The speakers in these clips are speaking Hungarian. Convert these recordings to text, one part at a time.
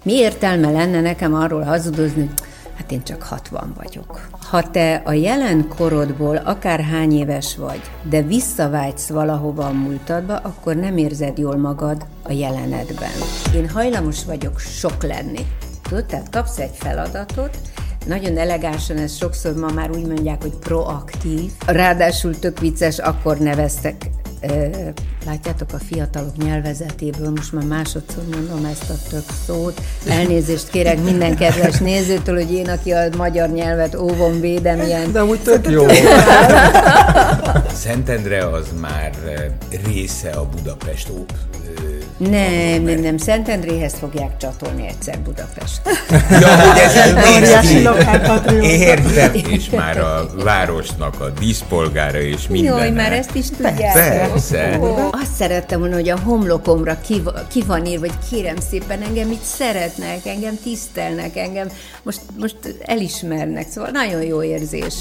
Mi értelme lenne nekem arról hazudozni, hát én csak 60 vagyok. Ha te a jelen korodból akárhány éves vagy, de visszavágysz valahova a múltadba, akkor nem érzed jól magad a jelenedben. Én hajlamos vagyok sok lenni. Tudod, tehát kapsz egy feladatot, nagyon elegánsan, ez sokszor ma már úgy mondják, hogy proaktív. Ráadásul tök vicces, akkor neveztek, látjátok, a fiatalok nyelvezetéből, most már másodszor mondom ezt a tök szót. Elnézést kérek minden kedves nézőtől, hogy én, aki a magyar nyelvet óvom, védem ilyen. De amúgy tök jó. Szentendre az már része a Budapest Nem, Szentendréhez fogják csatolni egyszer Budapest. Ja, hogy ez értem, és már a városnak a díszpolgára és minden. Jaj, már ezt is tudják. Persze. Azt szerettem volna, hogy a homlokomra ki van írva, hogy kérem szépen, engem itt szeretnek, engem tisztelnek, engem most elismernek, szóval nagyon jó érzés.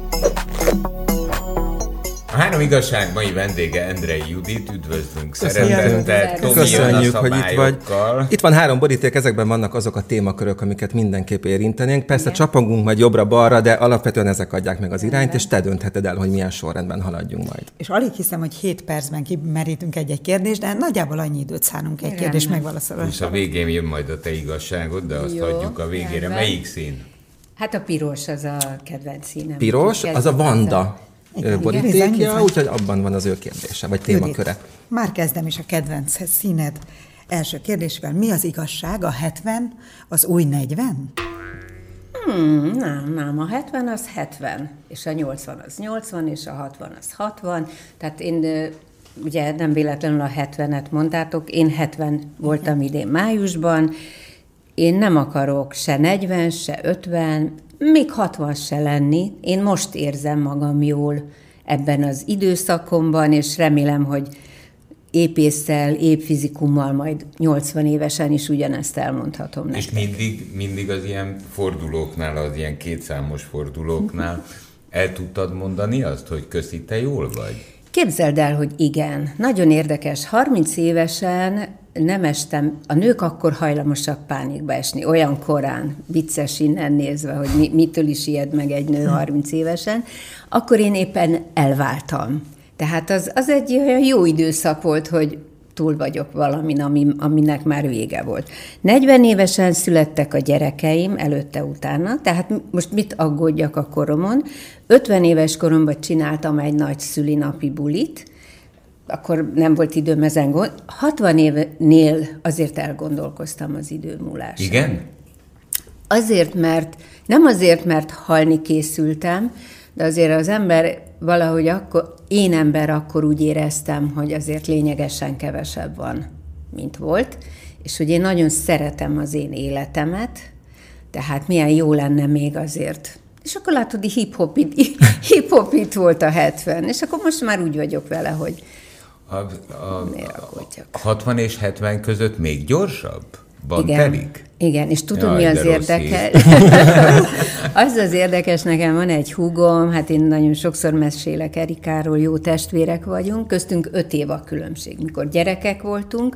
A Három igazság mai vendége Endrei Judit, üdvözlünk szeretettel. Köszönjük, hogy itt vagy. Itt van 3 boríték, ezekben vannak azok a témakörök, amiket mindenképp érintenénk. Persze csapongunk majd jobbra-balra, de alapvetően ezek adják meg az irányt, és te döntheted el, hogy milyen sorrendben haladjunk majd. És alig hiszem, hogy 7 percben kimerítünk egy kérdést, de nagyjából annyi időt szánunk egy kérdés megválaszolásra. És a végén jön majd a te igazságod, de azt hagyjuk a végére. Melyik szín? Hát a piros az a kedvenc színem. Piros, az a Vanda borítékja, úgyhogy abban van az ő kérdése, vagy témaköre. Már kezdem is a kedvenc színed első kérdésvel. Mi az igazság? A 70 az új 40? Nem, a 70 az 70, és a 80 az 80, és a 60 az 60. Tehát én ugye nem véletlenül a 70-et mondtátok, én 70 voltam idén májusban, én nem akarok se 40, se 50, még 60 se lenni. Én most érzem magam jól ebben az időszakomban, és remélem, hogy épp ésszel, épp fizikummal majd 80 évesen is ugyanezt elmondhatom nektek. És mindig az ilyen fordulóknál, az ilyen kétszámos fordulóknál el tudtad mondani azt, hogy köszi, te jól vagy? Képzeld el, hogy igen. Nagyon érdekes. 30 évesen nem estem, a nők akkor hajlamosak pánikba esni, olyan korán, vicces innen nézve, hogy mitől is ijed meg egy nő 30 évesen, akkor én éppen elváltam. Tehát az egy olyan jó időszak volt, hogy túl vagyok valamin, aminek már vége volt. 40 évesen születtek a gyerekeim, előtte-utána, tehát most mit aggódjak a koromon. 50 éves koromban csináltam egy nagy szülinapi bulit, akkor nem volt időm ezen 60 évnél azért elgondolkoztam az idő múlásán. Igen? Nem azért, mert halni készültem, de azért az ember valahogy akkor úgy éreztem, hogy azért lényegesen kevesebb van, mint volt, és hogy én nagyon szeretem az én életemet, tehát milyen jó lenne még azért. És akkor látod, hip-hop itt volt a 70, és akkor most már úgy vagyok vele, hogy a 60 és 70 között még gyorsabb? Telik? Igen, és tudod, mi az érdekes? Az érdekes, nekem van egy húgom, hát én nagyon sokszor mesélek Erikáról, jó testvérek vagyunk, köztünk 5 év a különbség. Mikor gyerekek voltunk,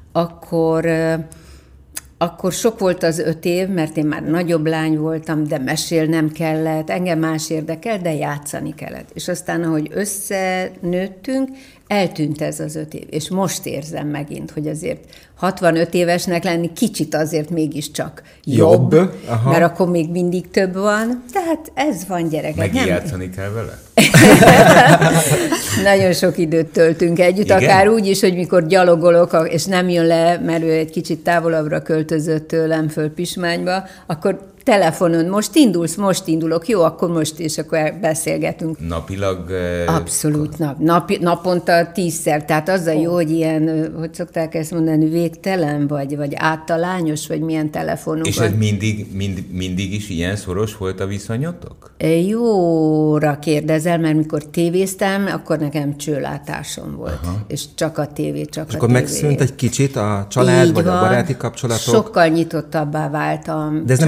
akkor sok volt az 5 év, mert én már nagyobb lány voltam, de mesélnem kellett, engem más érdekel, de játszani kellett. És aztán, ahogy összenőttünk, eltűnt ez az 5 év. És most érzem megint, hogy azért 65 évesnek lenni kicsit azért mégiscsak jobb, mert akkor még mindig több van. Tehát ez van, gyerekek. Megjátszani kell vele? Nagyon sok időt töltünk együtt, igen? Akár úgy is, hogy mikor gyalogolok, és nem jön le, mert ő egy kicsit távolabbra költözött tőlem föl Pismányba, akkor telefonon, most indulok, jó, akkor most, és akkor beszélgetünk. Napilag? Abszolút, naponta 10-szer, tehát az a jó, hogy ilyen, hogy szokták ezt mondani, végtelen, vagy általányos, vagy milyen telefonunk. És ez mindig is ilyen szoros volt a viszonyotok? Jóra kérdezel, mert mikor tévéztem, akkor nekem csőlátásom volt, és csak a tévé, és akkor megszűnt egy kicsit a család, vagy a baráti kapcsolatok? Sokkal nyitottabbá váltam. De ez nem egyfajta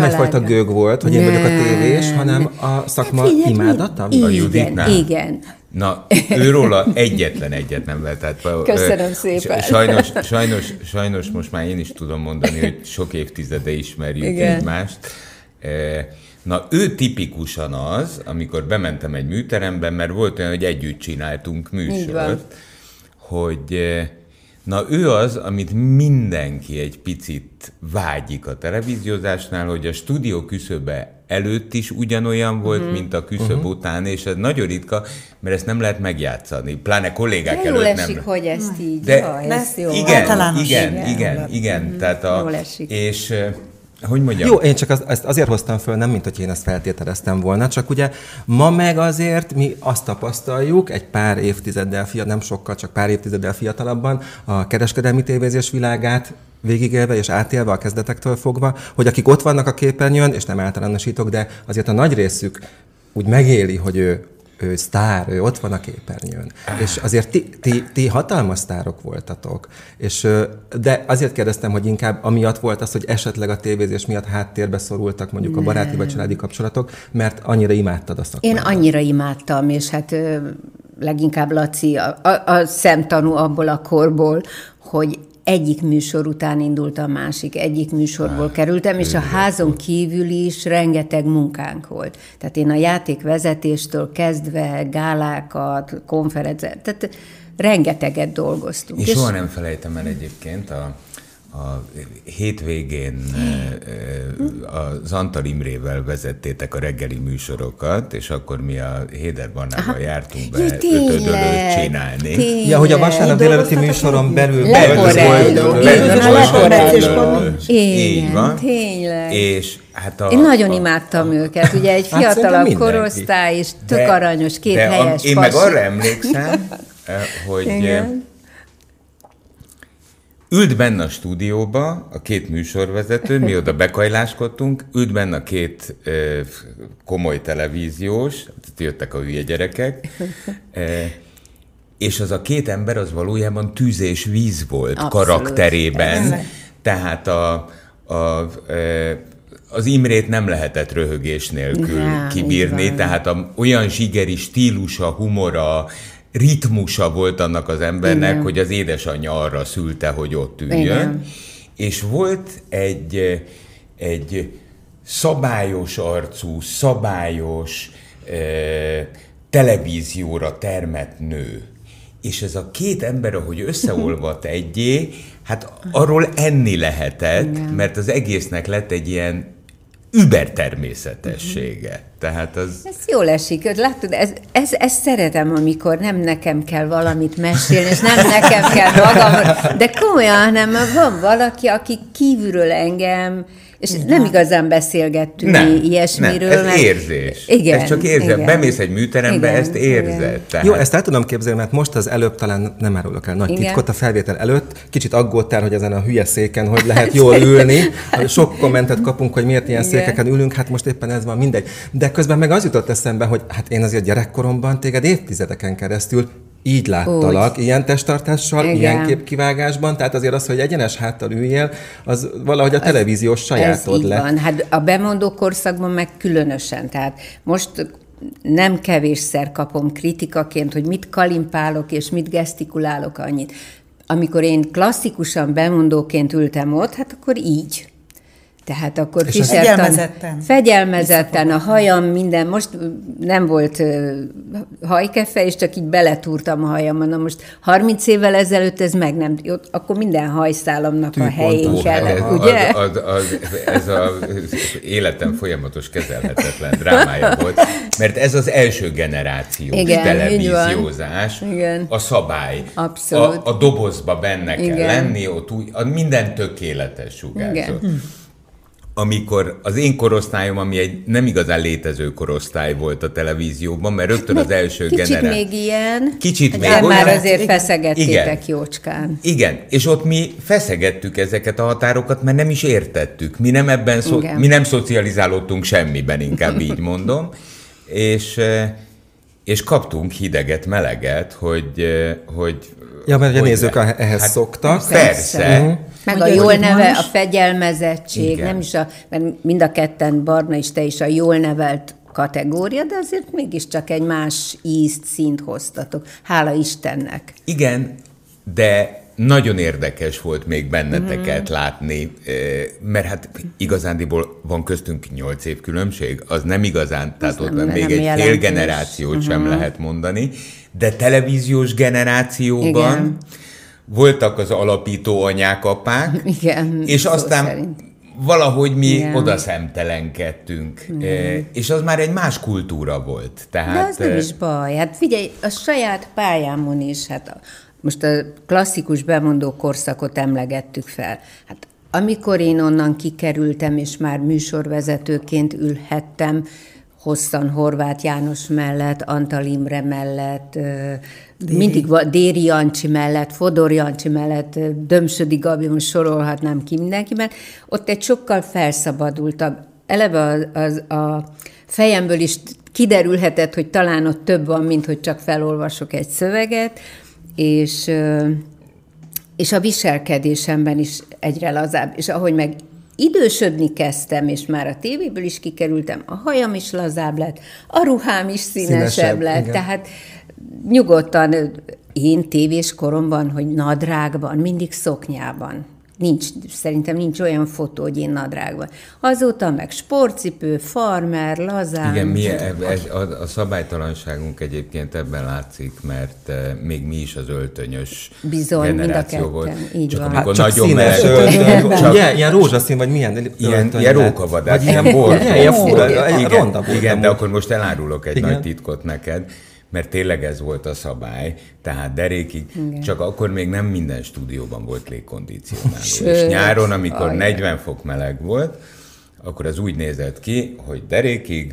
gőg volt, hogy én vagyok a tévés, hanem a szakma imádata? A Juditnál? Igen. Na, őróla egyet nem lehet. Tehát, köszönöm szépen. Sajnos most már én is tudom mondani, hogy sok évtizede ismerjük egymást. Na, ő tipikusan az, amikor bementem egy műteremben, mert volt olyan, hogy együtt csináltunk műsort, hogy na ő az, amit mindenki egy picit vágyik a televíziózásnál, hogy a stúdió küszöbe előtt is ugyanolyan volt, mint a küszöb után, és ez nagyon ritka, mert ezt nem lehet megjátszani, pláne kollégák de előtt nem. Jól esik, hogy ezt így. De Ez jó. Igen. Tehát jól esik. És hogy mondjam? Jó, én csak ezt azért hoztam föl, nem mint hogy én ezt feltételeztem volna, csak ugye ma meg azért mi azt tapasztaljuk, egy pár évtizeddel nem sokkal, csak pár évtizeddel fiatalabban a kereskedelmi tévézés világát végigélve és átélve a kezdetektől fogva, hogy akik ott vannak a képernyőn, és nem általánosítok, de azért a nagy részük úgy megéli, hogy ő sztár, ő ott van a képernyőn. És azért ti hatalmas sztárok voltatok. De azért kérdeztem, hogy inkább amiatt volt az, hogy esetleg a tévézés miatt háttérbe szorultak mondjuk a baráti vagy családi kapcsolatok, mert annyira imádtad a szakmát. Én annyira imádtam, és hát leginkább Laci a szemtanú abból a korból, hogy egyik műsor után indult a másik, egyik műsorból kerültem, és a házon kívül is rengeteg munkánk volt. Tehát én a játékvezetéstől kezdve gálákat, konferenciát, tehát rengeteget dolgoztunk. És soha nem felejtem el egyébként a hétvégén az Antal Imrével vezettétek a reggeli műsorokat, és akkor mi a Héder Barnával jártunk be ötödölőt csinálni. Tényleg. Ja, hogy a vasárnap délelőtti műsoron belül Így van. Tényleg. És hát én nagyon imádtam őket. Ugye egy fiatalabb korosztály, és tök aranyos, két helyes én meg arra emlékszem, hogy ült benne a stúdióba a két műsorvezető, mi oda bekajláskodtunk, ült benne a két komoly televíziós, jöttek a hülye gyerekek, és az a két ember az valójában tűz és víz volt. Abszolút. Karakterében. Tehát az Imrét nem lehetett röhögés nélkül kibírni, tehát olyan zsigeri stílusa, humora, ritmusa volt annak az embernek, igen, hogy az édesanyja arra szülte, hogy ott üljön. Igen. És volt egy szabályos arcú, szabályos televízióra termett nő. És ez a két ember, ahogy összeolvadt egyé, hát arról enni lehetett, igen, mert az egésznek lett egy ilyen übertermészetessége. Tehát az... Ez jól esik. Látod, ezt szeretem, amikor nem nekem kell valamit mesélni, és nem nekem kell magam, de komolyan, hanem van valaki, aki kívülről engem, és nem igazán beszélgettünk ilyesmiről. Nem, ez érzés. Igen, ez csak érzés. Bemész egy műterembe, ezt érzed. Tehát... Jó, ezt el tudom képzelni, mert most az előbb talán nem árulok el nagy titkot a felvétel előtt. Kicsit aggódtál, hogy ezen a hülye széken hogy lehet jól ülni. Sok kommentet kapunk, hogy miért ilyen székeken ülünk, hát most éppen ez van, mindegy. De közben meg az jutott eszembe, hogy hát én azért gyerekkoromban téged évtizedeken keresztül így láttalak, ilyen testtartással, igen, ilyen képkivágásban, tehát azért az, hogy egyenes háttal üljél, az valahogy a televíziós sajátod lett. Van. Hát a bemondó korszakban meg különösen, tehát most nem kevésszer kapom kritikaként, hogy mit kalimpálok és mit gesztikulálok annyit. Amikor én klasszikusan bemondóként ültem ott, hát akkor így. Tehát akkor fegyelmezetten, a hajam, minden, most nem volt hajkefe, és csak így beletúrtam a hajamon. Na most 30 évvel ezelőtt ez meg nem, akkor minden hajszálamnak a helyén kellett, ugye? Ez az életem folyamatos kezelhetetlen drámája volt, mert ez az első generációs televíziózás, a szabály. Abszolút. A dobozba benne kell lenni, ott minden tökéletes sugárzott. Amikor az én korosztályom, ami egy nem igazán létező korosztály volt a televízióban, mert rögtön az első generáció. Kicsit még ilyen, kicsit de már azért feszegettétek jócskán. Igen, és ott mi feszegettük ezeket a határokat, mert nem is értettük. Mi nem ebben mi nem szocializálódtunk semmiben, inkább így mondom. És kaptunk hideget, meleget, hogy Ja, mert a nézők ehhez szoktak. Persze. Meg a jól neve, a fegyelmezettség, nem is mert mind a ketten, Barna és te is a jól nevelt kategória, de azért mégiscsak egy más ízt, színt hoztatok. Hála Istennek. Igen, de nagyon érdekes volt még benneteket látni, mert hát igazándiból van köztünk 8 év különbség, az nem igazán, tehát ott még egy fél generációt sem lehet mondani, de televíziós generációban voltak az alapító anyák, apák, és aztán valahogy mi oda szemtelenkedtünk, és az már egy más kultúra volt. Tehát, de az nem is baj. Hát figyelj, a saját pályámon is, hát most a klasszikus bemondó korszakot emlegettük fel. Hát amikor én onnan kikerültem, és már műsorvezetőként ülhettem, hosszan Horváth János mellett, Antal Imre mellett, mindig Déri Jancsi mellett, Fodor Jancsi mellett, Dömsödi Gabi, most sorolhatnám ki mindenki, mert ott egy sokkal felszabadultabb. Eleve a fejemből is kiderülhetett, hogy talán ott több van, mint hogy csak felolvasok egy szöveget, és a viselkedésemben is egyre lazább. És ahogy meg idősödni kezdtem, és már a tévéből is kikerültem, a hajam is lazább lett, a ruhám is színesebb lett. Igen. Tehát nyugodtan én tévés koromban, hogy nadrágban, mindig szoknyában. Szerintem nincs olyan fotó, hogy én nadrágban. Azóta meg sportcipő, farmer, lazán. Igen, a szabálytalanságunk egyébként ebben látszik, mert még mi is az öltönyös generáció volt. Így csak van. Amikor csak nagyon meleg öltöny. Ilyen rózsaszín, vagy milyen ilyen rókavadás. Vagy ilyen bor. Ilyen fura. Igen, de akkor most elárulok egy nagy titkot neked, mert tényleg ez volt a szabály, tehát derékig, csak akkor még nem minden stúdióban volt légkondicionáló. És nyáron, amikor 40 fok meleg volt, akkor az úgy nézett ki, hogy derékig,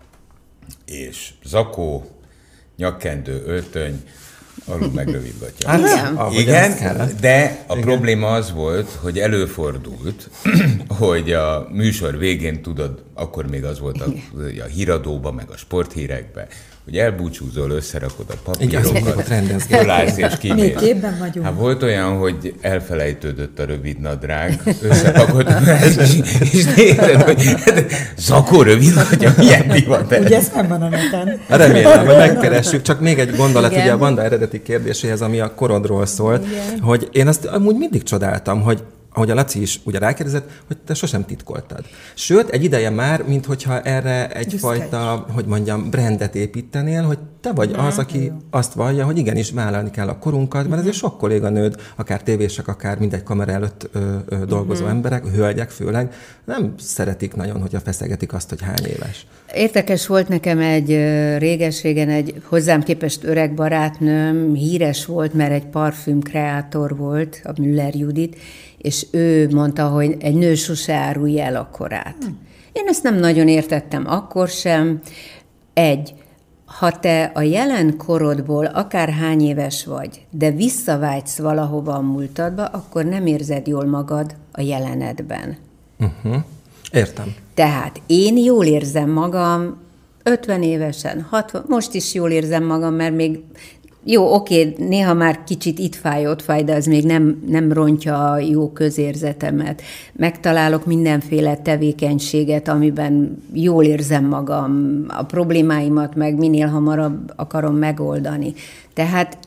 és zakó, nyakkendő, öltöny, alul meg rövidgatja. Igen, de a probléma az volt, hogy előfordult, hogy a műsor végén, tudod, akkor még az volt a híradóban, meg a sporthírekben, hogy elbúcsúzol, összerakod a papírokat, fölállsz és kimész. Még képben vagyunk. Hát volt olyan, hogy elfelejtődött a rövid nadrág, összepakott, és nézed, hogy zakó rövid, hogy milyen divat ez. Ugye ez nem van a neten. Remélem, hogy megkeressük. Csak még egy gondolat, ugye a Vanda eredeti kérdéséhez, ami a korodról szólt, hogy én azt amúgy mindig csodáltam, hogy ahogy a Laci is ugye rákérdezett, hogy te sosem titkoltad. Sőt, egy ideje már, minthogyha erre egyfajta, hogy mondjam, brandet építenél, hogy te vagy az, aki azt vallja, hogy igenis vállalni kell a korunkat, mert ezért sok kolléganőd, akár tévések, akár mindegy kamera előtt dolgozó emberek, hölgyek főleg, nem szeretik nagyon, hogyha feszegetik azt, hogy hány éves. Érdekes volt nekem réges-régen egy hozzám képest öreg barátnőm, híres volt, mert egy parfüm kreátor volt, a Müller Judit, és ő mondta, hogy egy nő sose árulja el a korát. Én ezt nem nagyon értettem akkor sem. Ha te a jelen korodból akár hány éves vagy, de visszavágysz valahova a múltadba, akkor nem érzed jól magad a jelenedben. Értem. Tehát én jól érzem magam 50 évesen, 60, most is jól érzem magam, mert még jó, oké, néha már kicsit itt fáj, ott fáj, de az még nem rontja a jó közérzetemet. Megtalálok mindenféle tevékenységet, amiben jól érzem magam, a problémáimat meg minél hamarabb akarom megoldani. Tehát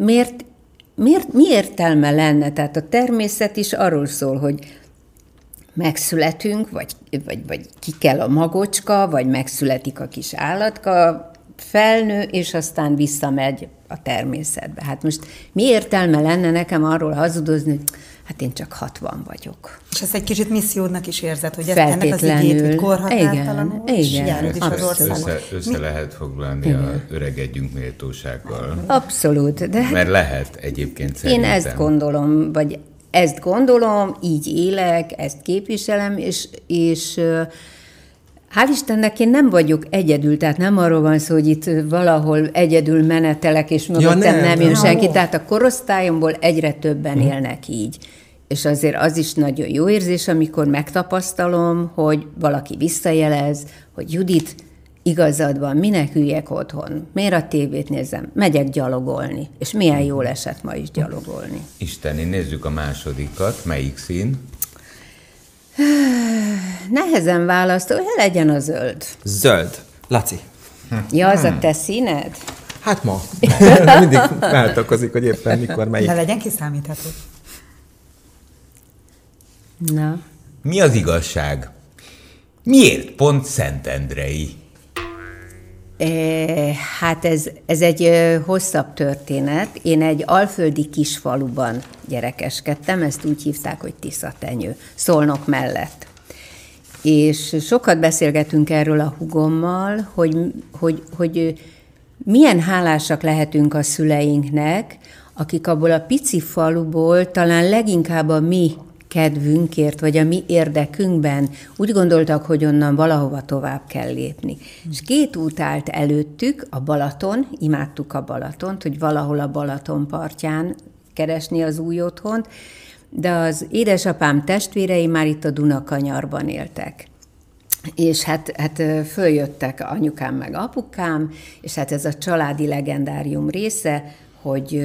mi értelme lenne? Tehát a természet is arról szól, hogy megszületünk, vagy ki kell a magocska, vagy megszületik a kis állatka, felnő, és aztán visszamegy a természetbe. Hát most mi értelme lenne nekem arról hazudozni, hogy hát én csak 60 vagyok. És ezt egy kicsit missziódnak is érzed, hogy ennek az igét, hogy korhatártalanul, és járod is az országban. Össze lehet foglalni a öregedjünk méltósággal. Abszolút. De mert lehet egyébként szerintem. Én ezt gondolom, így élek, ezt képviselem, és hál' Istennek én nem vagyok egyedül, tehát nem arról van szó, hogy itt valahol egyedül menetelek, és mögöttem nem jön senki. Tehát a korosztályomból egyre többen élnek így. És azért az is nagyon jó érzés, amikor megtapasztalom, hogy valaki visszajelez, hogy Judit, igazad van, minek üljek otthon, miért a tévét nézem, megyek gyalogolni, és milyen jól esett ma is gyalogolni. Isteni, nézzük a másodikat, melyik szín? Nehezen választó, hogy legyen a zöld. Zöld. Laci. Ja, az a te színed? Hát ma. Mindig váltakozik, hogy éppen mikor melyik. De legyen kiszámítható. Na. Mi az igazság? Miért pont Szentendrei? Hát ez egy hosszabb történet. Én egy alföldi kisfaluban gyerekeskedtem, ezt úgy hívták, hogy Tiszatenyő, Szolnok mellett. És sokat beszélgetünk erről a húgommal, hogy milyen hálásak lehetünk a szüleinknek, akik abból a pici faluból talán leginkább a mi kedvünkért, vagy a mi érdekünkben úgy gondoltak, hogy onnan valahova tovább kell lépni. És 2 út állt előttük, a Balaton, imádtuk a Balatont, hogy valahol a Balaton partján keresni az új otthont, de az édesapám testvérei már itt a Dunakanyarban éltek. És hát följöttek anyukám meg apukám, és hát ez a családi legendárium része, hogy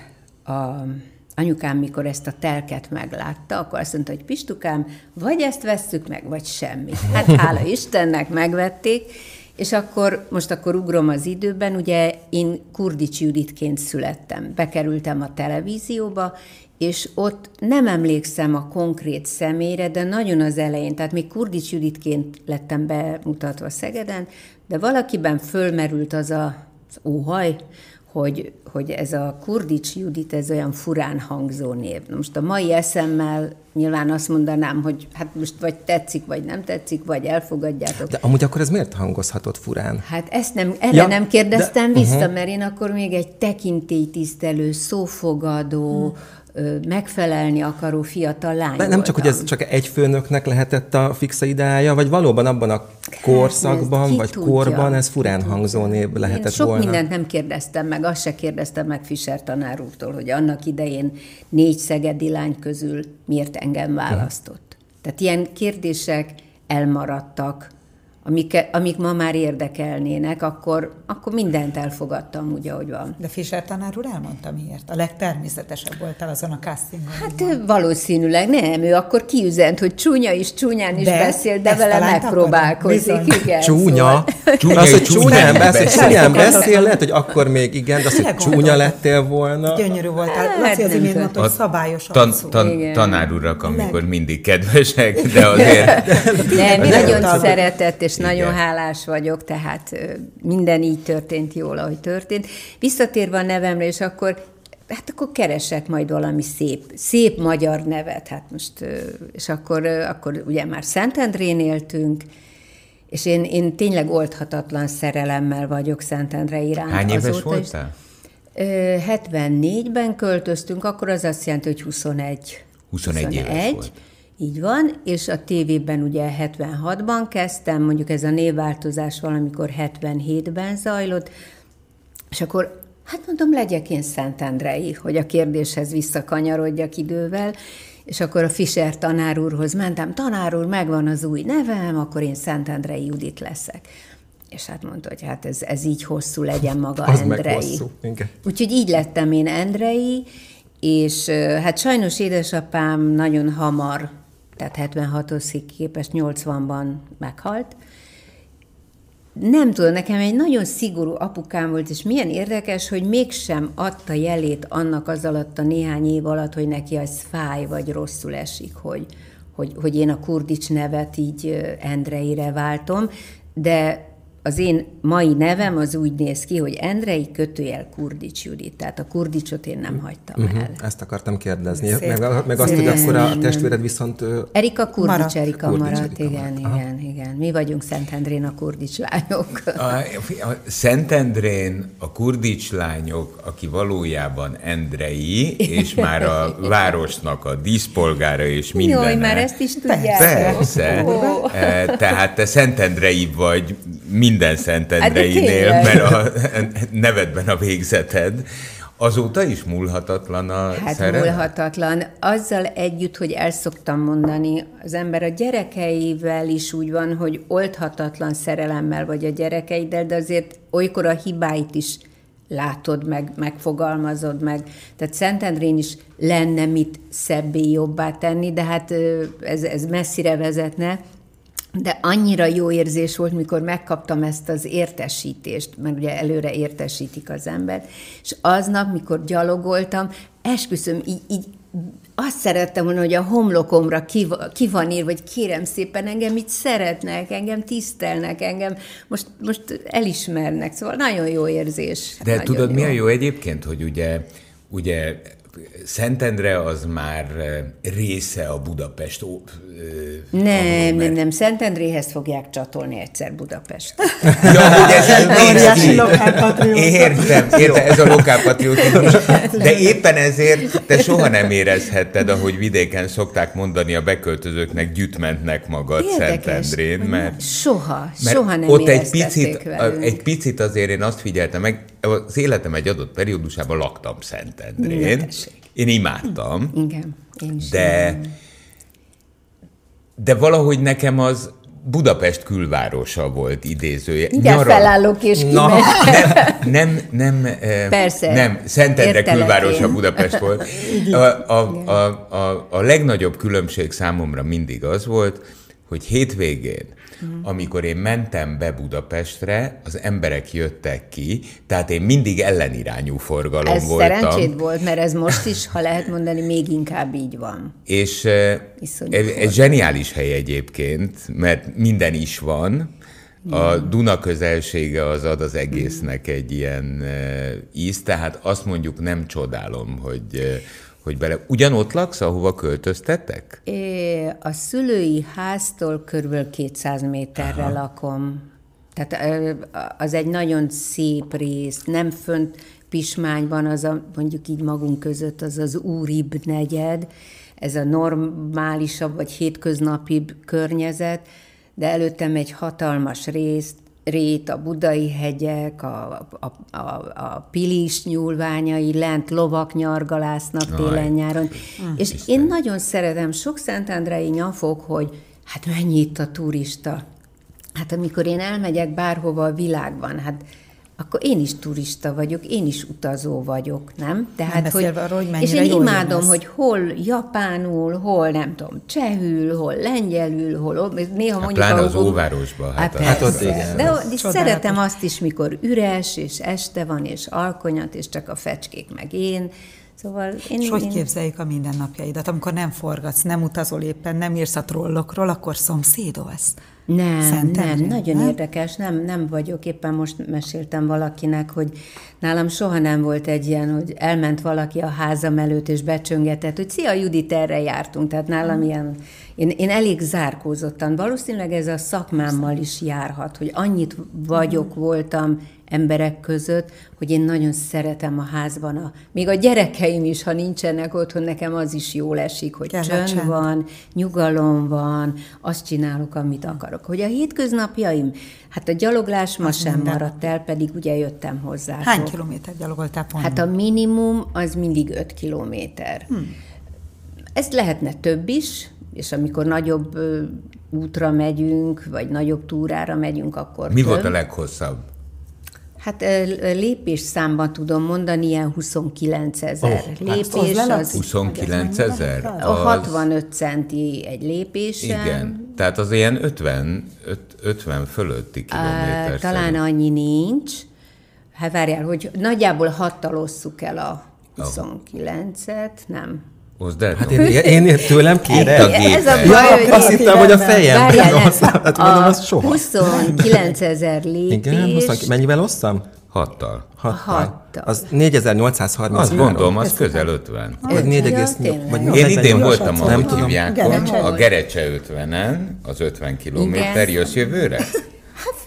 anyukám, mikor ezt a telket meglátta, akkor azt mondta, hogy Pistukám, vagy ezt vesszük meg, vagy semmi. Hát hála Istennek megvették, és akkor, most akkor ugrom az időben, ugye én Kurdics Juditként születtem. Bekerültem a televízióba, és ott nem emlékszem a konkrét személyre, de nagyon az elején, tehát még Kurdics Juditként lettem bemutatva Szegeden, de valakiben fölmerült az óhaj, hogy ez a Kurdics Judit, ez olyan furán hangzó név. Most a mai eszemmel nyilván azt mondanám, hogy hát most vagy tetszik, vagy nem tetszik, vagy elfogadjátok. De amúgy akkor ez miért hangozhatott furán? Hát ezt nem kérdeztem vissza, mert én akkor még egy tekintélytisztelő, szófogadó, megfelelni akaró fiatal lány voltam. Nem csak, hogy ez csak egy főnöknek lehetett a fixa ideája, vagy valóban abban a korszakban, vagy korban ez furán hangzó név lehetett volna? Sok mindent nem kérdeztem meg, azt se kérdeztem meg Fischer tanár úrtól, hogy annak idején 4 szegedi lány közül miért engem választott. Tehát ilyen kérdések elmaradtak, amik ma már érdekelnének, akkor mindent elfogadtam úgy, ahogy van. De Fischer tanár úr elmondta miért? A legtermészetesebb voltál azon a castingon. Hát valószínűleg nem, ő akkor kiüzent, hogy csúnya is, csúnyán is beszél, de vele megpróbálkozik. Igen, csúnya? Szóval. Az, hogy csúnyán beszél, lehet, hogy akkor még igen, de az, hogy csúnya lettél volna. Gyönyörű voltál. Laci az imént mondta, hogy szabályos arcú. Tanár urak, amikor mindig kedvesek, de azért... Nem, nagyon szeretett, és nagyon hálás vagyok, tehát minden így történt jól, ahogy történt. Visszatérve a nevemre, és akkor keresek majd valami szép magyar nevet. Hát most, és akkor ugye már Szentendrén éltünk, és én tényleg oldhatatlan szerelemmel vagyok Szentendre iránt. Hány éves voltál? 74-ben költöztünk, akkor az azt jelenti, hogy 21 éves volt. Így van, és a tévében ugye 76-ban kezdtem, mondjuk ez a névváltozás valamikor 77-ben zajlott, és akkor, hát mondom, legyek én Szentendrei, hogy a kérdéshez visszakanyarodjak idővel, és akkor a Fischer tanár úrhoz mentem, tanár úr, megvan az új nevem, akkor én Szentendrei Judit leszek. És hát mondta, hogy hát ez így hosszú legyen maga az Endrei. Meg hosszú. Úgyhogy így lettem én Endrei, és hát sajnos édesapám nagyon hamar, tehát 76-hoz képest 80-ban meghalt. Nem tudom, nekem egy nagyon szigorú apukám volt, és milyen érdekes, hogy mégsem adta jelét annak az alatt a néhány év alatt, hogy neki az fáj, vagy rosszul esik, hogy én a Kurdics nevet így Endreire váltom, de az én mai nevem az úgy néz ki, hogy Endrei Kurdics Judit, tehát a Kurdicsot én nem hagytam el. Ezt akartam kérdezni. Meg azt, hogy akkor a testvéred viszont... Erika Kurdics maradt. Igen. Mi vagyunk Szentendrén a Kurdics lányok. A Szentendrén a Kurdics lányok, aki valójában Endrei, és már a városnak a díszpolgára és mindene. Jaj, már ezt is tudják. Persze. Tehát te Szentendrei vagy minden Szentendreinél, mert a nevedben a végzeted, Azóta is múlhatatlan a szerelem? Múlhatatlan. Azzal együtt, hogy el szoktam mondani, az ember a gyerekeivel is úgy van, hogy oldhatatlan szerelemmel vagy a gyerekeiddel, de azért olykor a hibáit is látod meg, megfogalmazod meg. Tehát Szentendrén is lenne mit szebbé, jobbá tenni, de hát ez messzire vezetne. De annyira jó érzés volt, mikor megkaptam ezt az értesítést, mert ugye előre értesítik az embert, és aznap, mikor gyalogoltam, esküszöm, így azt szerettem volna, hogy a homlokomra ki van írva, vagy kérem szépen, engem így szeretnek, engem tisztelnek, engem most elismernek, szóval nagyon jó érzés. De nagyon tudod, jó. mi a jó egyébként, hogy ugye Szentendre az már része a Budapest. Nem. Szentendréhez fogják csatolni egyszer Budapest. Ja, hogy ez Értem, ez a lokálpatriotizmus. De éppen ezért te soha nem érezhetted, ahogy vidéken szokták mondani a beköltözőknek, gyütmentnek magad Szentendrén, mert soha nem ott egy picit azért én azt figyeltem meg, az életem egy adott periódusában laktam Szentendrén. Én imádtam. Igen, én is. De valahogy nekem az Budapest külvárosa volt idézője. Igen, felállok és kimegy. Persze. Nem, Szentendre külvárosa Budapest volt. A legnagyobb különbség számomra mindig az volt, hogy hétvégén, amikor én mentem be Budapestre, az emberek jöttek ki, tehát én mindig ellenirányú forgalom voltam. Ez szerencséd volt, mert ez most is, ha lehet mondani, még inkább így van. És egy zseniális hely egyébként, mert minden is van. A Duna közelsége az ad az egésznek egy ilyen ízt, tehát azt mondjuk nem csodálom, hogy bele... Ugyanott laksz, ahova költöztettek? A szülői háztól körülbelül 200 méterre lakom. Tehát az egy nagyon szép rész, nem fönt Pismányban, az a, mondjuk így magunk között, az úribb negyed, ez a normálisabb vagy hétköznapibb környezet, de előttem egy hatalmas rét, a Budai hegyek, a Pilis nyúlványai, lent lovak nyargalásznak télen-nyáron. És én nagyon szeretem, sok szentendrei nyafok, hogy hát mennyi itt a turista. Hát amikor én elmegyek bárhova a világban, hát akkor én is turista vagyok, én is utazó vagyok, nem? Tehát, hogy arról, hogy és én imádom, hogy hol japánul, hol nem tudom, csehül, hol lengyelül, hol néha mondjuk... Pláne az óvárosban. Hát ott igen. De szeretem azt is, mikor üres, és este van, és alkonyat, és csak a fecskék meg én. Szóval és hogy képzeljük a mindennapjaidat? Amikor nem forgatsz, nem utazol éppen, nem írsz a trollokról, akkor szomszédolsz? Nem, nagyon érdekes, nem vagyok. Éppen most meséltem valakinek, hogy nálam soha nem volt egy ilyen, hogy elment valaki a házam előtt, és becsöngetett, hogy szia Judit, erre jártunk. Tehát nálam ilyen, én elég zárkózottan. Valószínűleg ez a szakmámmal is járhat, hogy annyit voltam emberek között, hogy én nagyon szeretem a házban. Még a gyerekeim is, ha nincsenek otthon, nekem az is jól esik, hogy csönd van, nyugalom van, azt csinálok, amit akarok. Hogy a hétköznapjaim, hát a gyaloglás ma sem maradt el, pedig ugye jöttem hozzá. Hány kilométer gyalogoltál pont? Hát a minimum az mindig 5 kilométer. Ez lehetne több is, és amikor nagyobb útra megyünk, vagy nagyobb túrára megyünk, akkor Mi volt a leghosszabb? Hát lépésszámban tudom mondani, ilyen 29 000 lépés. Az 29 000? 65 centi egy lépésen. Igen, tehát az ilyen 50 fölötti kilométer. Talán annyi nincs. Hát várjál, hogy nagyjából 6-tal osszuk el a 29-et, nem. Hát én tőlem kérem. Ez a baj, hogy azt hittem, hogy a fejem. Hát mondom, az soha. 29 000 lépés. Igen, mennyivel osszam? 6-tal. Az 4830. Azt gondolom, az közel 50. Vagy 4,8. Én idén voltam a hívjákon, a Gerecse 50-en, az 50 kilométer, jössz jövőre? Hát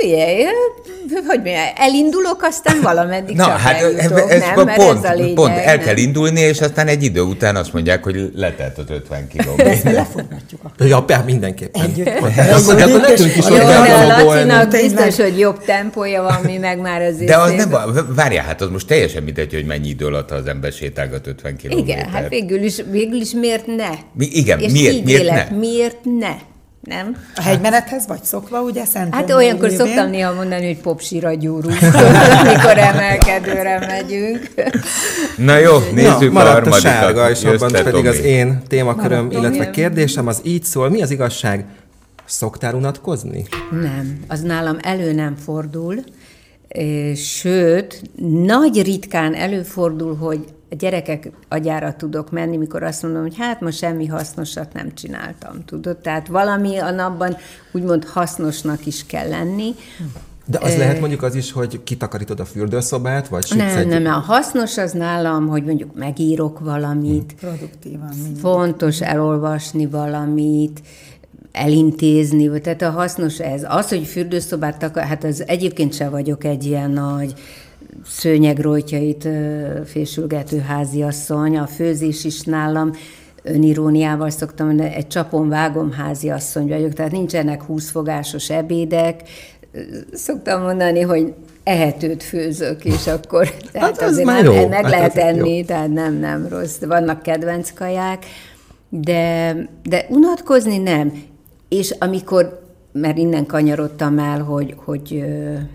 Figyelj, hogy mondjam, elindulok, aztán valameddig csak eljutok, nem? Mert ez a lényeg. Pont el kell indulni, és aztán egy idő után azt mondják, hogy letelt az 50 kilométer. Lefoghatjuk akkor. Ja, mindenképpen. Együtt. Akkor nekünk is Lacinak biztos, hogy jobb tempója van, mi meg már azért. De az nem, várjál, hát az most teljesen mindegy, hogy mennyi idő alatt az ember sétálgat 50 kilométer. Igen, hát végül is miért ne? Igen, és miért ne? Nem? A hegymenethez vagy szokva, ugye? Hát olyankor szoktam néha mondani, hogy popsira gyúrunk, amikor emelkedőre megyünk. Na jó, nézzük a harmadikat. A sárga, és abban pedig az én témaköröm, illetve kérdésem az így szól. Mi az igazság? Szoktál unatkozni? Nem, az nálam nem fordul. Sőt, nagy ritkán előfordul, hogy a gyerekek agyára tudok menni, mikor azt mondom, hogy hát ma semmi hasznosat nem csináltam, tudod? Tehát valami a napban úgymond hasznosnak is kell lenni. De az lehet mondjuk az is, hogy kitakarítod a fürdőszobát, vagy sütsz Nem, a hasznos az nálam, hogy mondjuk megírok valamit. Produktívan. Fontos elolvasni valamit, elintézni, tehát a hasznos ez. Az, hogy fürdőszobát hát az egyébként sem vagyok egy ilyen nagy szőnyegrojtjait fésülgető háziasszony, a főzés is nálam, öniróniával szoktam mondani, egy csapon vágom háziasszony vagyok, tehát nincsenek 20 fogásos ebédek, szoktam mondani, hogy ehetőt főzök, és akkor tehát hát azért nem, jó. Meg lehet enni, jó. Tehát nem rossz, vannak kedvenc kaják, de unatkozni nem. És amikor, mert innen kanyarodtam el, hogy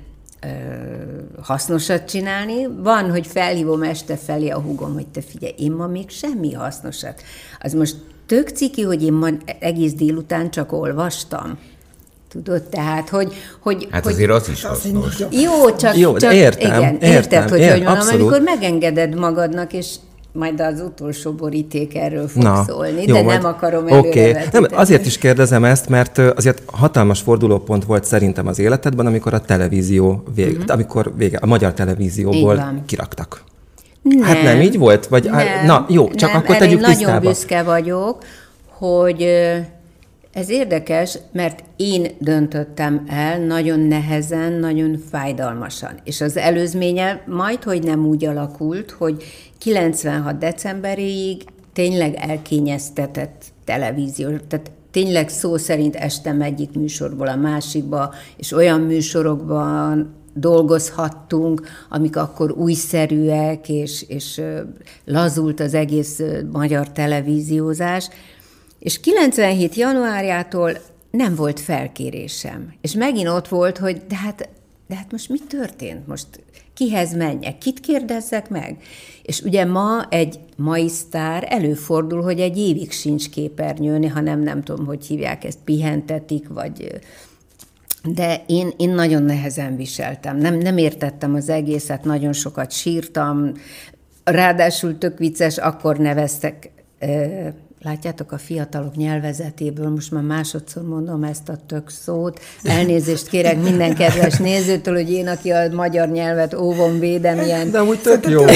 hasznosat csinálni, van, hogy felhívom este felé a húgom, hogy te figyelj, én ma még semmi hasznosat. Az most tök ciki, hogy én ma egész délután csak olvastam. Tudod, tehát, hogy... Hát azért az is hasznos. Jó, csak értem, igen, érted, hogy mondom, abszolút. amikor megengeded magadnak, és majd az utolsó boríték erről fog szólni, jó, de nem akarom előrevetíteni. Nem, azért is kérdezem ezt, mert azért hatalmas fordulópont volt szerintem az életedben, amikor a televízió amikor a magyar televízióból kiraktak. Nem, hát nem így volt? Vagy, nem, na jó, csak nem, akkor tegyük tisztába. Nagyon büszke vagyok, hogy ez érdekes, mert én döntöttem el nagyon nehezen, nagyon fájdalmasan. És az előzménye majdhogy nem úgy alakult, hogy 96. decemberéig tényleg elkényeztetett televízió. Tehát tényleg szó szerint estem egyik műsorból a másikba, és olyan műsorokban dolgozhattunk, amik akkor újszerűek, és lazult az egész magyar televíziózás. És 97. januárjától nem volt felkérésem. És megint ott volt, hogy de hát most mi történt? Most kihez menjek? Kit kérdezzek meg? És ugye ma egy mai sztár előfordul, hogy egy évig sincs képernyőn, hanem nem tudom, hogy hívják ezt, pihentetik, vagy... De én nagyon nehezen viseltem. Nem értettem az egészet, nagyon sokat sírtam. Ráadásul tök vicces, akkor neveztek... Látjátok, a fiatalok nyelvezetéből, most már másodszor mondom ezt a tök szót, elnézést kérek minden kedves nézőtől, hogy én, aki a magyar nyelvet óvom, védem, ilyen... De úgy tök jó.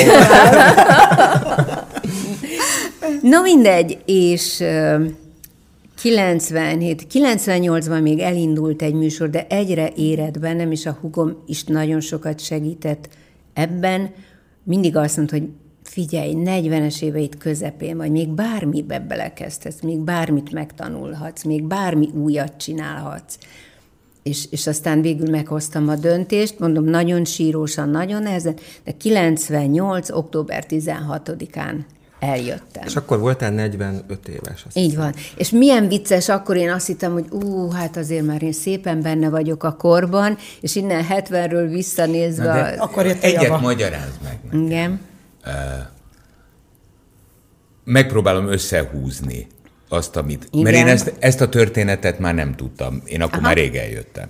Na mindegy, és 98-ban még elindult egy műsor, de egyre érett bennem, és a húgom is nagyon sokat segített ebben. Mindig azt mondta, hogy figyelj, 40-es éveit közepén vagy, még bármibe belekezdhetsz, még bármit megtanulhatsz, még bármi újat csinálhatsz. És aztán végül meghoztam a döntést, mondom, nagyon sírósan, nagyon nehezen, de 98. október 16-án eljöttem. És akkor voltál 45 éves. Így van. És milyen vicces, akkor én azt hittem, hogy hát azért már én szépen benne vagyok a korban, és innen 70-ről visszanézve... Akkor egyet magyarázd meg nekem. Igen. Megpróbálom összehúzni azt, amit... Igen. Mert én ezt a történetet már nem tudtam. Én akkor már rég eljöttem.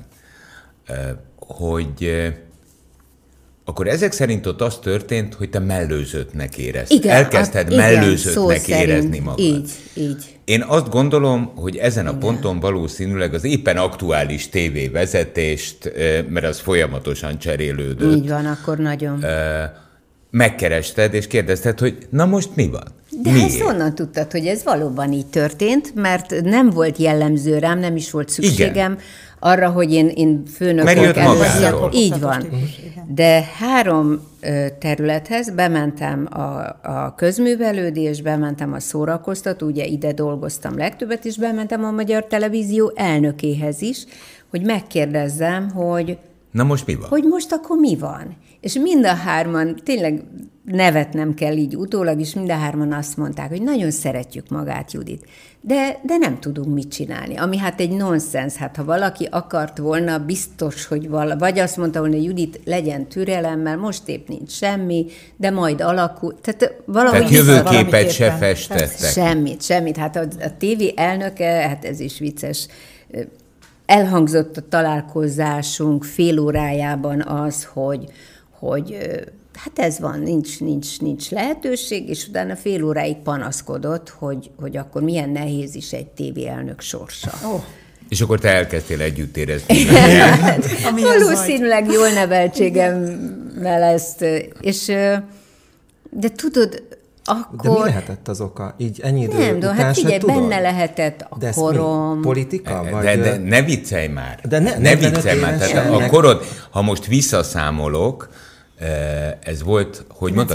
Hogy akkor ezek szerint ott az történt, hogy te mellőzöttnek érezted. Igen, elkezdted mellőzöttnek érezni magad. Így. Én azt gondolom, hogy ezen a ponton valószínűleg az éppen aktuális tévévezetést, mert az folyamatosan cserélődött. Így van, akkor nagyon... megkerested, és kérdezted, hogy na most mi van? De miért? Ezt onnan tudtad, hogy ez valóban így történt, mert nem volt jellemző rám, nem is volt szükségem arra, hogy én főnök vagyok. Így van. De 3 területhez bementem a közművelődés, bementem a szórakoztató, ugye ide dolgoztam legtöbbet, és bementem a Magyar Televízió elnökéhez is, hogy megkérdezzem, hogy na most mi van? Hogy most akkor mi van? És mind a 3 tényleg nevetnem kell így utólag, és mind a 3 azt mondták, hogy nagyon szeretjük magát, Judit, de nem tudunk mit csinálni. Ami hát egy nonsens, hát ha valaki akart volna, biztos, hogy vagy azt mondta volna, hogy Judit, legyen türelemmel, most épp nincs semmi, de majd alakul. Tehát jövőképet se festettek. Semmit. Hát a TV elnöke, hát ez is vicces, elhangzott a találkozásunk fél órájában az, hogy hát ez van, nincs lehetőség, és utána fél óráig panaszkodott, hogy akkor milyen nehéz is egy tévéelnök sorsa. Oh. És akkor te elkezdtél együtt érezni. Valószínűleg jól neveltségemmel ezt, és de tudod, akkor... De mi lehetett az oka? Így ennyi idő után hát figyelj, tudod? benne lehetett a korom. Politika? Vagy... De ne viccelj már. Ne viccelj már. Tehát a korod, ha most visszaszámolok, ez volt, hogy mondta,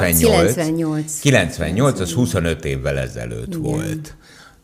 98. 98, az 25 évvel ezelőtt volt.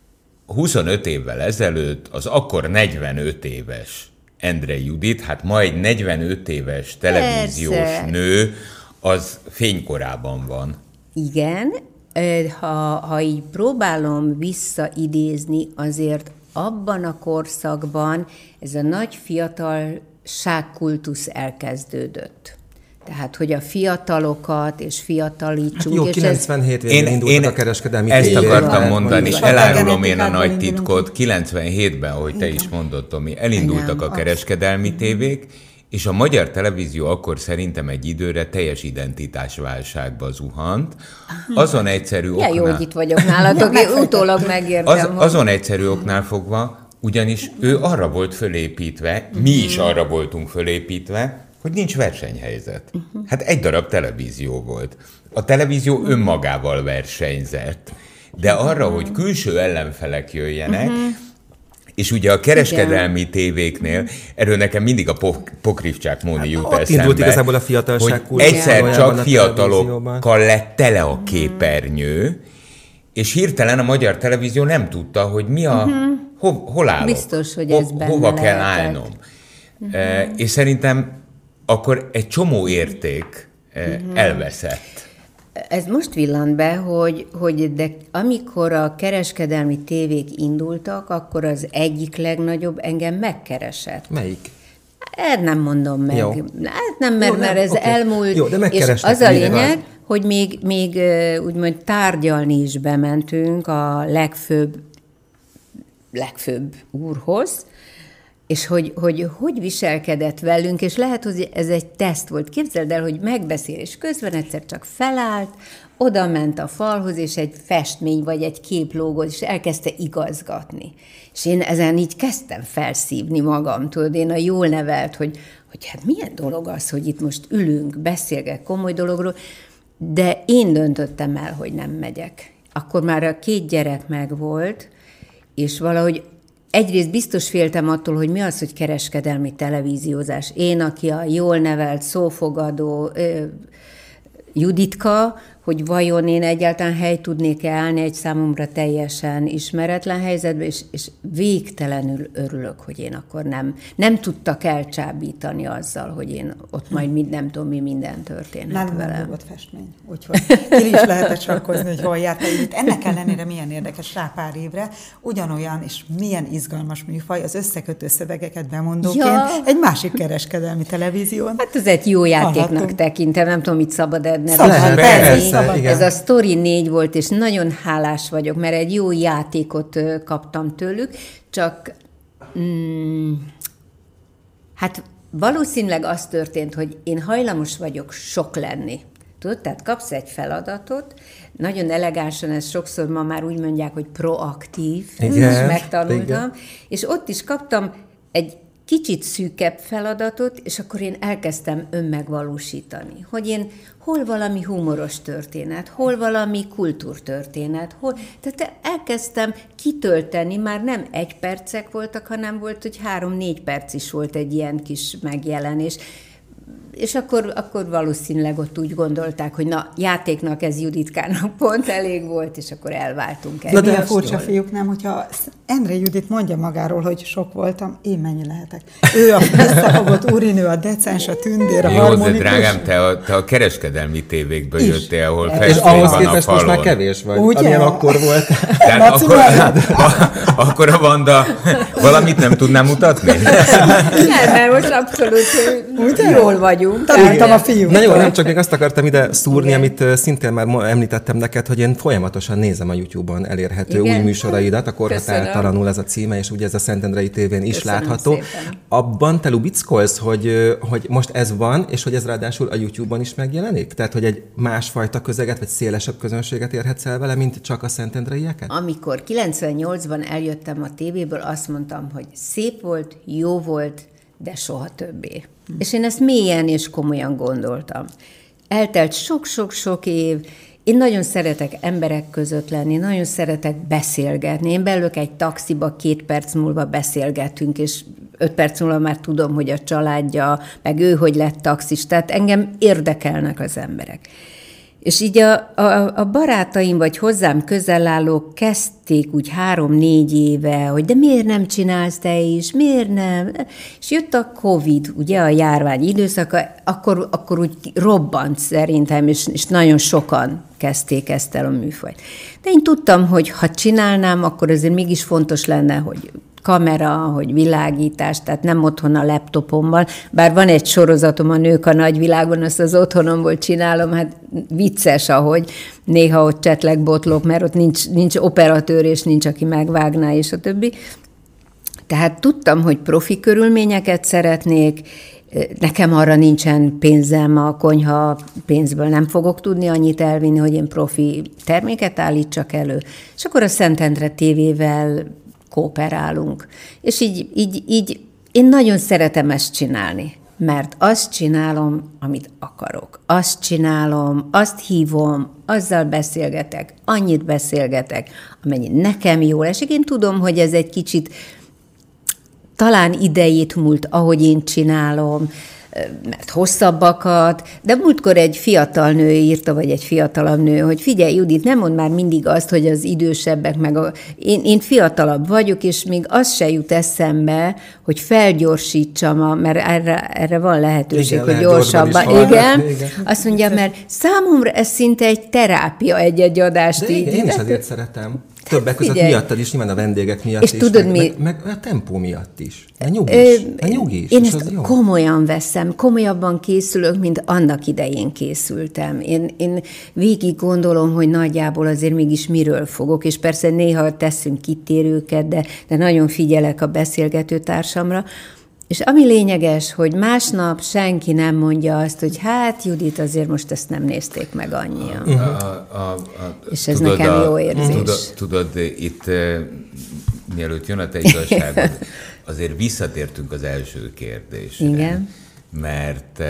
25 évvel ezelőtt az akkor 45 éves Endre Judit, hát ma egy 45 éves televíziós nő, az fénykorában van. Igen, ha így próbálom visszaidézni, azért abban a korszakban ez a nagy fiatalságkultusz elkezdődött. Tehát, hogy a fiatalokat és fiatalítsunk. Hát jó, 97 végén indult a kereskedelmi tévék. Ezt akartam mondani, és elárulom én a nagy titkot. 97-ben, ahogy te is mondod, Tomi, elindultak a kereskedelmi tévék, és a Magyar Televízió akkor szerintem egy időre teljes identitásválságba zuhant. Azon egyszerű oknál... Jó, hogy itt vagyok nálatok, én utólag megértem. Azon egyszerű oknál fogva, ugyanis ő arra volt fölépítve, mi is arra voltunk fölépítve, hogy nincs versenyhelyzet. Hát egy darab televízió volt. A televízió önmagával versenyzett. De arra, hogy külső ellenfelek jöjjenek, és ugye a kereskedelmi tévéknél, erről nekem mindig a Pokrivcsák Móni jut eszembe, indult igazából a fiatalság hogy egyszer csak fiatalokkal lett tele a képernyő, és hirtelen a Magyar Televízió nem tudta, hogy mi a... Hol állok? Biztos, hogy ez benne hova kell állnom. És szerintem akkor egy csomó érték elveszett. Ez most villant be, hogy de amikor a kereskedelmi tévék indultak, akkor az egyik legnagyobb engem megkeresett. Melyik? Nem mondom meg. Jó. Hát nem, mert ez elmúlt. Jó, de és az a lényeg, hogy még úgymond tárgyalni is bementünk a legfőbb úrhoz, és hogy viselkedett velünk, és lehet, hogy ez egy teszt volt. Képzeld el, hogy megbeszélés közben egyszer csak felállt, oda ment a falhoz, és egy festmény vagy egy kép lógott, és elkezdte igazgatni. És én ezen így kezdtem felszívni magam, tudod, én a jól nevelt, hogy hát milyen dolog az, hogy itt most ülünk, beszélgek komoly dologról, de én döntöttem el, hogy nem megyek. Akkor már a 2 gyerek megvolt, és valahogy egyrészt biztos féltem attól, hogy mi az, hogy kereskedelmi televíziózás. Én, aki a jól nevelt, szófogadó Juditka, hogy vajon én egyáltalán helyt tudnék állni egy számomra teljesen ismeretlen helyzetben, és végtelenül örülök, hogy én akkor nem tudtak elcsábítani azzal, hogy én ott majd nem tudom, mi minden történhet velem. Nem volt festmény, úgyhogy ki is lehetett sarkozni, hogy hol járt. Ennek ellenére milyen érdekes rá pár évre, ugyanolyan és milyen izgalmas műfaj az összekötő szövegeket bemondóként egy másik kereskedelmi televízión. Hát ez egy jó játéknak tekintem, nem tudom, mit szabad ennek. Ez a Story 4 volt, és nagyon hálás vagyok, mert egy jó játékot kaptam tőlük, csak hát valószínűleg az történt, hogy én hajlamos vagyok sok lenni. Tudod, tehát kapsz egy feladatot, nagyon elegánsan, ezt sokszor ma már úgy mondják, hogy proaktív, és megtanultam, és ott is kaptam egy kicsit szűkebb feladatot, és akkor én elkezdtem önmegvalósítani, hogy én hol valami humoros történet, hol valami kultúrtörténet, tehát elkezdtem kitölteni, már nem 1 percek voltak, hanem volt, hogy 3-4 perc is volt egy ilyen kis megjelenés. És akkor valószínűleg ott úgy gondolták, hogy na, játéknak ez Juditkának pont elég volt, és akkor elváltunk el. Na de a furcsa fiúk, nem, hogyha Endre Judit mondja magáról, hogy sok voltam, én mennyi lehetek? Ő a visszafogott úrinő, a decens, a tündér, a harmonikus. Jó, de drágám, te a kereskedelmi tévékből jöttél, ahol és ahhoz képest most már kevés vagy, ugye? Amilyen akkor volt. Akkor a Vanda valamit nem tudnám mutatni? Nem, mert most abszolút jól vagyunk. Találtam a fiút. Na jó, nem csak még azt akartam ide szúrni, igen, amit szintén már említettem neked, hogy én folyamatosan nézem a YouTube-on elérhető új műsoraidat, a Korhatártalanul ez a címe, és ugye ez a Szentendrei tévén is látható. Szépen. Abban te lubickolsz, hogy most ez van, és hogy ez ráadásul a YouTube-on is megjelenik? Tehát, hogy egy másfajta közeget, vagy szélesebb közönséget érhetsz el vele, mint csak a szentendreieket? Amikor 98-ban eljöttem a tévéből, azt mondtam, hogy szép volt, jó volt, de soha többé. És én ezt mélyen és komolyan gondoltam. Eltelt sok-sok-sok év, én nagyon szeretek emberek között lenni, nagyon szeretek beszélgetni. Én beülök egy taxiba, 2 perc múlva beszélgetünk, és 5 perc múlva már tudom, hogy a családja, meg ő hogy lett taxis. Tehát engem érdekelnek az emberek. És így a barátaim, vagy hozzám közel állók kezdték úgy 3-4 éve, hogy de miért nem csinálsz te is, miért nem? És jött a Covid, ugye a járvány időszaka, akkor úgy robbant szerintem, és nagyon sokan kezdték ezt el a műfajt. De én tudtam, hogy ha csinálnám, akkor azért mégis fontos lenne, hogy kamera, hogy világítás, tehát nem otthon a laptopommal, bár van egy sorozatom, a Nők a nagyvilágban, azt az otthonomból csinálom, hát vicces, ahogy néha ott csetlegbotlok, mert ott nincs operatőr, és nincs, aki megvágná, és a többi. Tehát tudtam, hogy profi körülményeket szeretnék, nekem arra nincsen pénzem, a konyha pénzből nem fogok tudni annyit elvinni, hogy én profi terméket állítsak elő. És akkor a Szentendre tévével kooperálunk. És így én nagyon szeretem ezt csinálni, mert azt csinálom, amit akarok. Azt csinálom, azt hívom, azzal beszélgetek, annyit beszélgetek, amennyi nekem jól esik. Én tudom, hogy ez egy kicsit talán idejét múlt, ahogy én csinálom, mert hosszabbakat, de múltkor egy fiatal nő írta, vagy egy fiatalabb nő, hogy figyelj, Judit, nem mondd már mindig azt, hogy az idősebbek, meg én fiatalabb vagyok, és még az se jut eszembe, hogy felgyorsítsam, mert erre van lehetőség, igen, hogy gyorsabban. Igen. Azt mondja, mert számomra ez szinte egy terápia, egy adást. De én is azért szeretem. Többek között miattad is, nyilván a vendégek miatt és is, tudod, meg a tempó miatt is. A nyugis. Én ezt komolyan veszem, komolyabban készülök, mint annak idején készültem. Én végig gondolom, hogy nagyjából azért mégis miről fogok, és persze néha teszünk kitérőket, de nagyon figyelek a beszélgető társamra. És ami lényeges, hogy másnap senki nem mondja azt, hogy hát Judit, azért most ezt nem nézték meg annyian. És ez tudod, nekem jó érzés. Tudod, itt mielőtt jön a te igazságod, azért visszatértünk az első kérdésre. Igen. Mert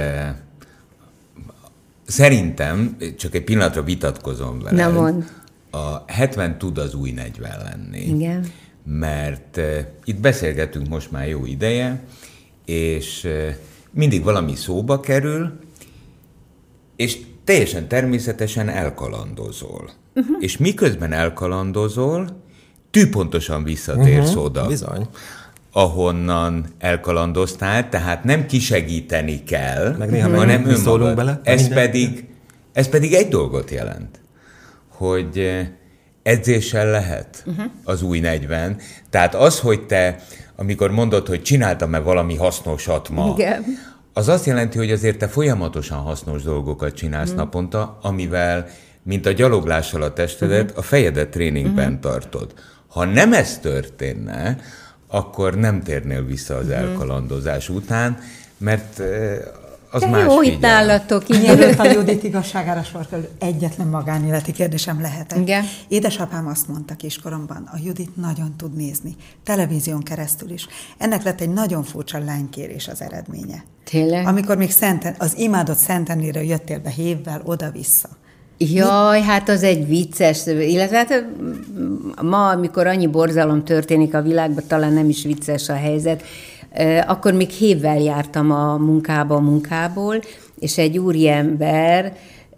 szerintem, csak egy pillanatra vitatkozom veled, na mondd. A 70 tud az új 40 lenni. Igen. Mert itt beszélgetünk most már jó ideje, és mindig valami szóba kerül, és teljesen természetesen elkalandozol. És miközben elkalandozol, tűpontosan visszatérsz oda, bizony, ahonnan elkalandoztál, tehát nem kisegíteni kell, meg néha hanem szólunk bele. Ez pedig egy dolgot jelent, hogy edzéssel lehet az új 40. Tehát az, hogy te, amikor mondod, hogy csináltam-e valami hasznosat ma, igen, az azt jelenti, hogy azért te folyamatosan hasznos dolgokat csinálsz naponta, amivel, mint a gyaloglással a testedet, a fejedet tréningben tartod. Ha nem ez történne, akkor nem térnél vissza az elkalandozás után, mert az más jó, itt nálatok. Mielőtt a Judit igazságára sor kerül, egyetlen magánéleti kérdésem lehetett. Igen. Édesapám azt mondta kiskoromban, a Judit nagyon tud nézni, televízión keresztül is. Ennek lett egy nagyon furcsa lánykérés az eredménye. Tényleg? Amikor még az imádott Szentendrére jöttél be hévvel oda-vissza. Jaj, hát az egy vicces, illetve hát ma, amikor annyi borzalom történik a világban, talán nem is vicces a helyzet. Akkor még hévvel jártam a munkából, és egy úriember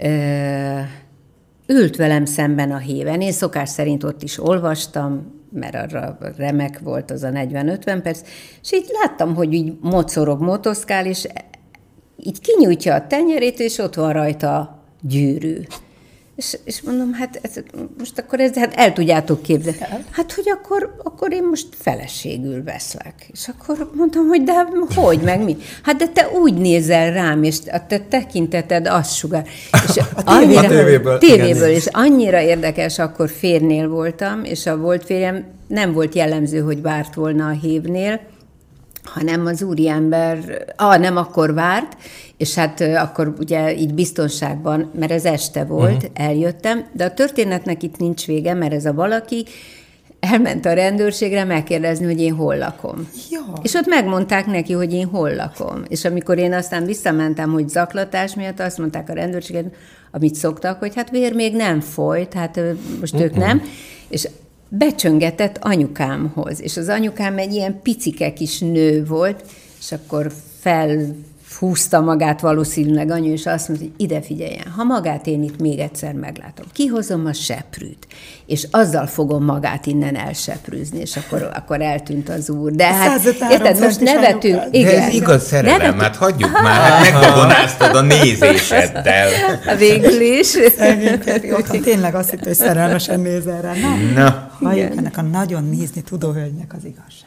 ült velem szemben a héven. Én szokás szerint ott is olvastam, mert arra remek volt az a 40-50 perc, és így láttam, hogy így motoszkál, és így kinyújtja a tenyerét, és ott van rajta gyűrű. És mondom, most akkor hát el tudjátok képzelni. Hát, hogy akkor én most feleségül veszlek. És akkor mondtam, hogy de hogy, meg mi? Hát, de te úgy nézel rám, és a te tekinteted azt sugár. És a tévéből. És annyira érdekes, akkor férnél voltam, és a volt férjem nem volt jellemző, hogy várt volna a hévnél, hanem az úriember, nem akkor várt, és hát akkor ugye így biztonságban, mert ez este volt, eljöttem, de a történetnek itt nincs vége, mert ez a valaki elment a rendőrségre megkérdezni, hogy én hol lakom. Ja. És ott megmondták neki, hogy én hol lakom. És amikor én aztán visszamentem, hogy zaklatás miatt, azt mondták a rendőrségen, amit szoktak, hogy hát vér még nem folyt, hát most ők nem, és becsöngetett anyukámhoz, és az anyukám egy ilyen picike kis nő volt, és akkor felhúzta magát valószínűleg anyu, és azt mondta, hogy ide figyeljen, ha magát én itt még egyszer meglátom, kihozom a seprűt, és azzal fogom magát innen elseprűzni, és akkor eltűnt az úr. De hát, érted, most nevetünk. Igen, de ez igaz szerelem, hát hagyjuk már, hát megbabonáztad a nézéseddel. Végül is. Tényleg azt hitt, hogy szerelmesen nézel rá. Na. Halljuk ennek a nagyon nézni tudó hölgynek az igazság.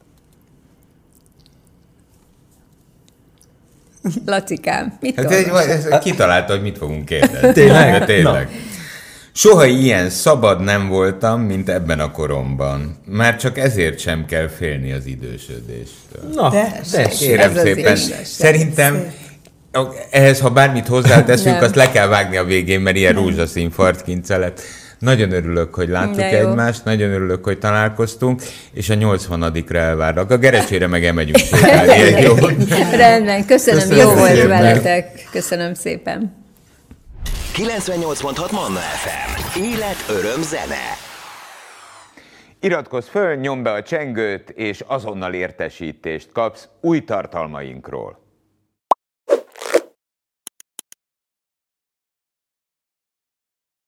Lacikám, mit kitalálta, hogy mit fogunk kérdezni. Tényleg. Soha ilyen szabad nem voltam, mint ebben a koromban. Már csak ezért sem kell félni az idősödéstől. Na, de kérem szépen. Szerintem ehhez, ha bármit hozzáteszünk, azt le kell vágni a végén, mert ilyen rózsaszín fartkince lett. Nagyon örülök, hogy láttuk egymást, nagyon örülök, hogy találkoztunk, és a 80-ra elvárlak. A Gerecsére meg elmegyünk sétálni. Jó? Rendben, köszönöm, jó volt veletek. Köszönöm szépen. 98.6 Manna FM. Élet, öröm, zene. Iratkozz föl, nyomd be a csengőt, és azonnal értesítést kapsz új tartalmainkról.